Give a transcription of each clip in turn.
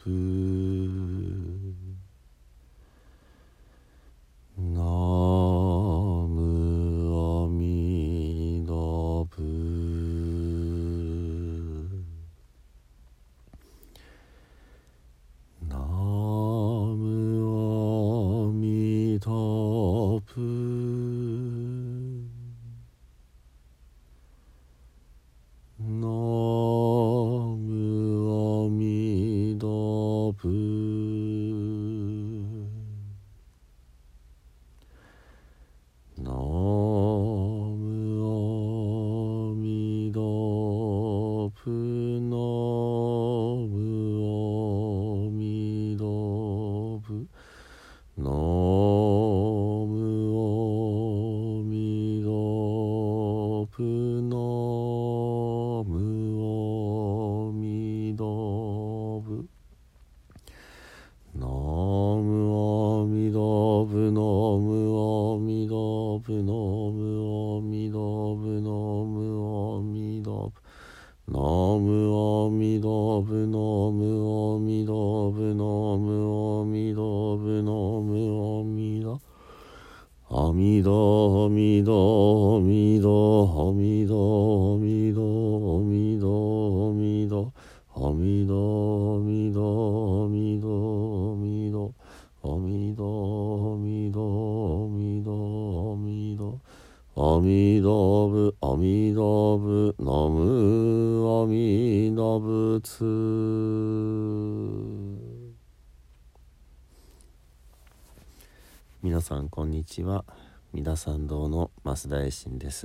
ナムアミダブナムアミダブナムアミダブナムアミダブナムアミダブナムアミダブナムアミダブナムアミダブナムアミダブナムアミダブナムアミダブナムアミダブナムアミダブナムアミダブナムアミダアミダアミダアミダアミダアミダアミダアミダアミダアミダアミダアミダアミダアミダアミダアミダアミダブアミダブナムアミダブツ。皆さんこんにちは。三田参道の増田衛進です。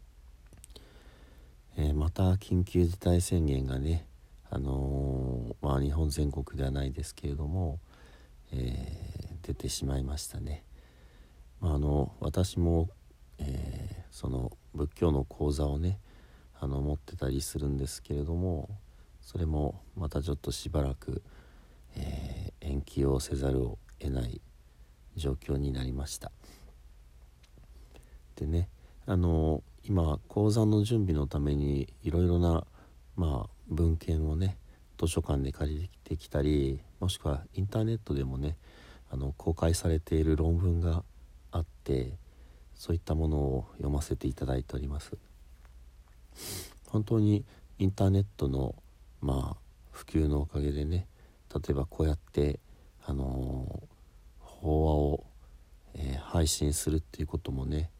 また緊急事態宣言がね、日本全国ではないですけれども、出てしまいましたね。私も、その仏教の講座をね持ってたりするんですけれども、それもまたちょっとしばらく、延期をせざるを得ない状況になりました。でね、今講座の準備のためにいろいろな、文献をね図書館で借りてきたり、もしくはインターネットでもね公開されている論文があって、そういったものを読ませていただいております。本当にインターネットの普及のおかげでね、例えばこうやって法話を、配信するっていうこともね、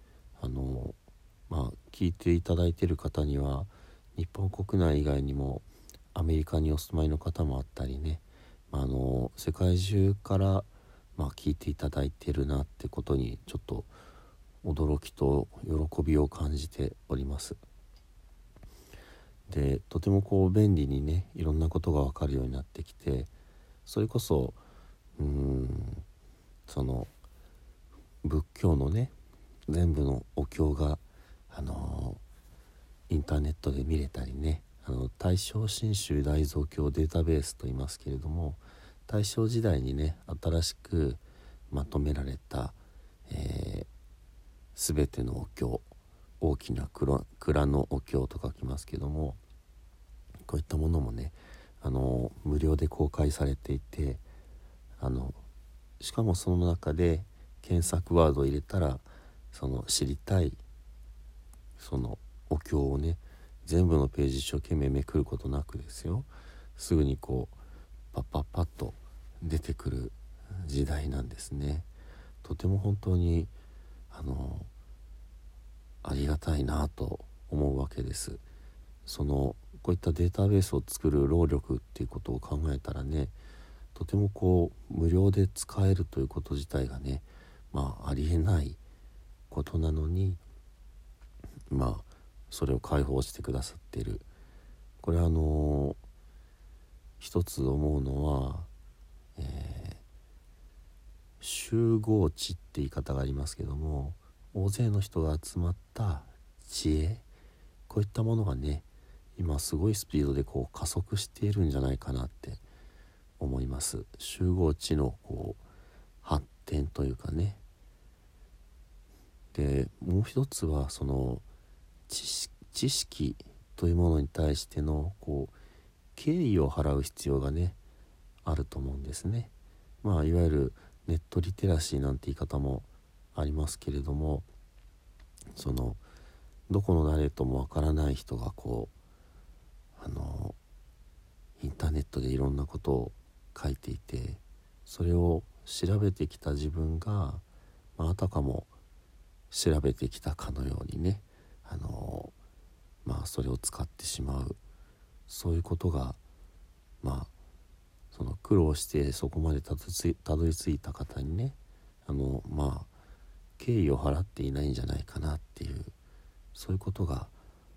聞いていただいている方には日本国内以外にもアメリカにお住まいの方もあったりね、世界中から聞いていただいているなってことにちょっと驚きと喜びを感じております。で、とても便利にねいろんなことが分かるようになってきて、それこそその仏教のね全部のお経がインターネットで見れたりね、大正真宗大蔵経データベースと言いますけれども、大正時代にね新しくまとめられた、全てのお経、大きな蔵のお経と書きますけども、こういったものもね無料で公開されていて、しかもその中で検索ワードを入れたらその知りたいそのお経をね全部のページ一生懸命めくることなくですよ、すぐにパッパッパッと出てくる時代なんですね。とても本当にありがたいなと思うわけです。こういったデータベースを作る労力っていうことを考えたらね、とても無料で使えるということ自体がね、ありえないことなのに、それを開放してくださっている。これ一つ思うのは、集合地って言い方がありますけども、大勢の人が集まった知恵、こういったものがね今すごいスピードで加速しているんじゃないかなって思います。集合地の発展というかね。でもう一つはその知識というものに対しての敬意を払う必要がねあると思うんですね。いわゆるネットリテラシーなんて言い方もありますけれども、そのどこの誰ともわからない人がインターネットでいろんなことを書いていて、それを調べてきた自分が、あたかも調べてきたかのようにね、それを使ってしまう、そういうことがその苦労してそこまでたどり着いた方にね、敬意を払っていないんじゃないかなっていう、そういうことが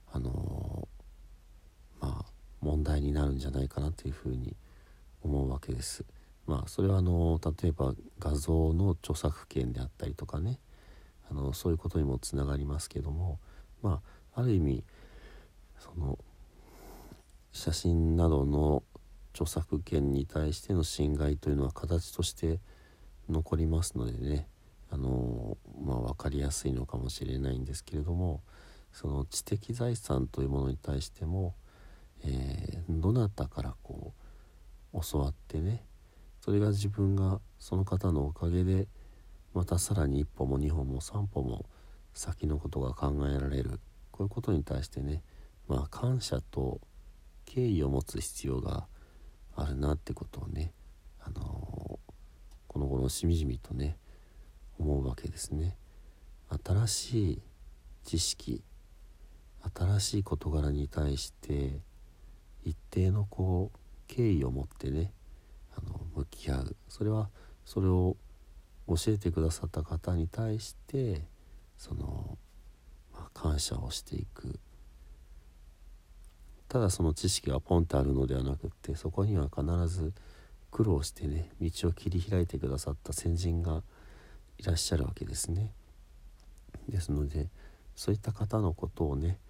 問題になるんじゃないかなというふうに思うわけです。それは例えば画像の著作権であったりとかね、そういうことにもつながりますけども、ある意味その写真などの著作権に対しての侵害というのは形として残りますのでね、分かりやすいのかもしれないんですけれども、その知的財産というものに対しても、どなたから教わってね、それが自分がその方のおかげでまたさらに一歩も二歩も三歩も先のことが考えられる、こういうことに対してね、感謝と敬意を持つ必要があるなってことをね、この頃しみじみとね思うわけですね。新しい知識、新しい事柄に対して一定の敬意を持ってね向き合う、それはそれを教えてくださった方に対して感謝をしていく。ただその知識がポンとあるのではなくって、そこには必ず苦労してね道を切り開いてくださった先人がいらっしゃるわけですね。ですのでそういった方のことをね、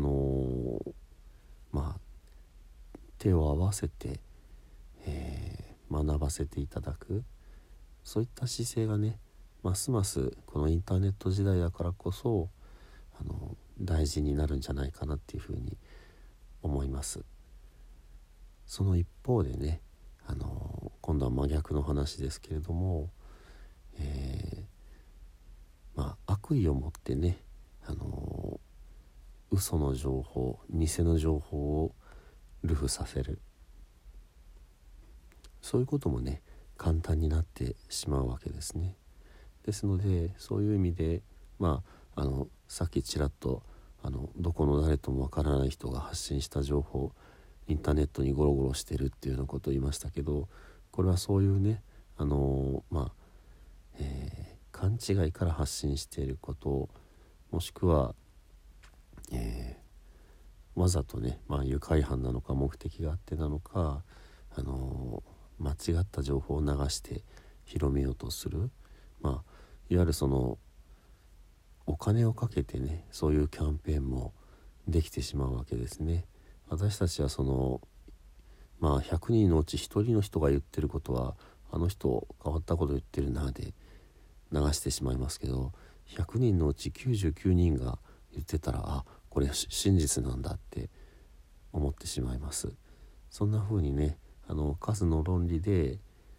手を合わせて、学ばせていただく、そういった姿勢がね、ますますこのインターネット時代だからこそ大事になるんじゃないかなっていうふうに思います。その一方でね、今度は真逆の話ですけれども、悪意を持ってね、嘘の情報、偽の情報を流布させる、そういうこともね簡単になってしまうわけですね。ですのでそういう意味でさっきちらっとどこの誰ともわからない人が発信した情報、インターネットにゴロゴロしてるっていうようなことを言いましたけど、これはそういうね勘違いから発信していること、もしくは、わざとね、愉快犯なのか目的があってなのか、間違った情報を流して広めようとする、いわゆるそのお金をかけてねそういうキャンペーンもできてしまうわけですね。私たちは100人のうち1人の人が言ってることはあの人変わったこと言ってるなで流してしまいますけど、100人のうち99人が言ってたらこれ真実なんだって思ってしまいます。そんな風にね数の論理で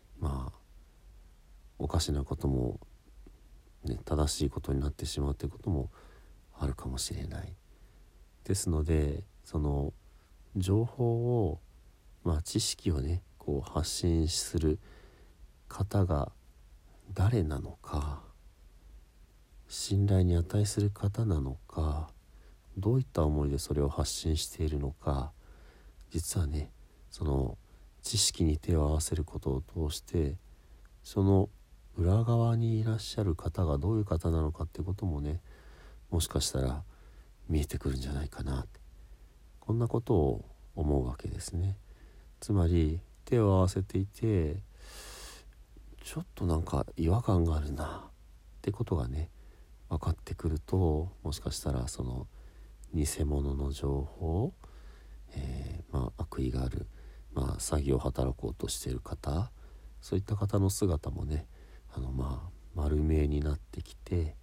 おかしなことも、正しいことになってしまうということもあるかもしれない。ですのでその情報を、知識をね発信する方が誰なのか、信頼に値する方なのか、どういった思いでそれを発信しているのか、実はねその知識に手を合わせることを通してその裏側にいらっしゃる方がどういう方なのかってこともね、もしかしたら見えてくるんじゃないかな、こんなことを思うわけですね。つまり手を合わせていてちょっとなんか違和感があるなってことがね分かってくると、もしかしたらその偽物の情報、悪意がある、詐欺を働こうとしている方、そういった方の姿もね丸見えになってきて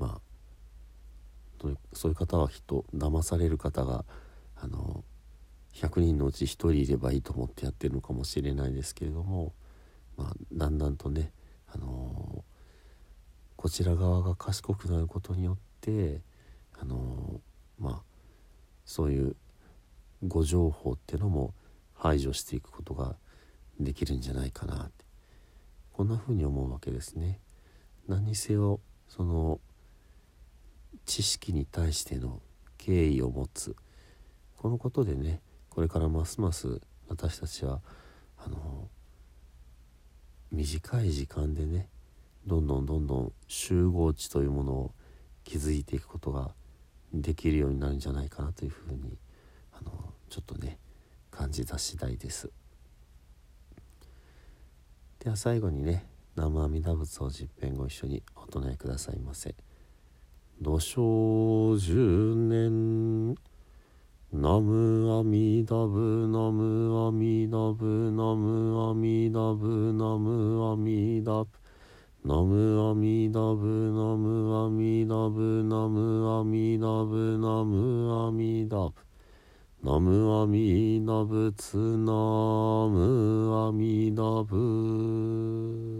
そういう方はきっと騙される方が 100人のうち1人いればいいと思ってやってるのかもしれないですけれども、だんだんとね、こちら側が賢くなることによって、そういう誤情報っていうのも排除していくことができるんじゃないかなって、こんな風に思うわけですね。何にせよその知識に対しての敬意を持つ、このことでね、これからますます私たちは短い時間でね、どんどん集合値というものを築いていくことができるようになるんじゃないかなというふうにちょっとね感じた次第です。では最後にね、南無阿弥陀仏を十遍ご一緒にお唱えくださいませ。土生十年南無阿弥陀仏南無阿弥陀仏南無阿弥陀仏南無阿弥陀仏南無阿弥陀仏南無阿弥陀仏南無阿弥陀仏南無阿弥陀仏南無阿弥陀仏南無阿弥陀仏。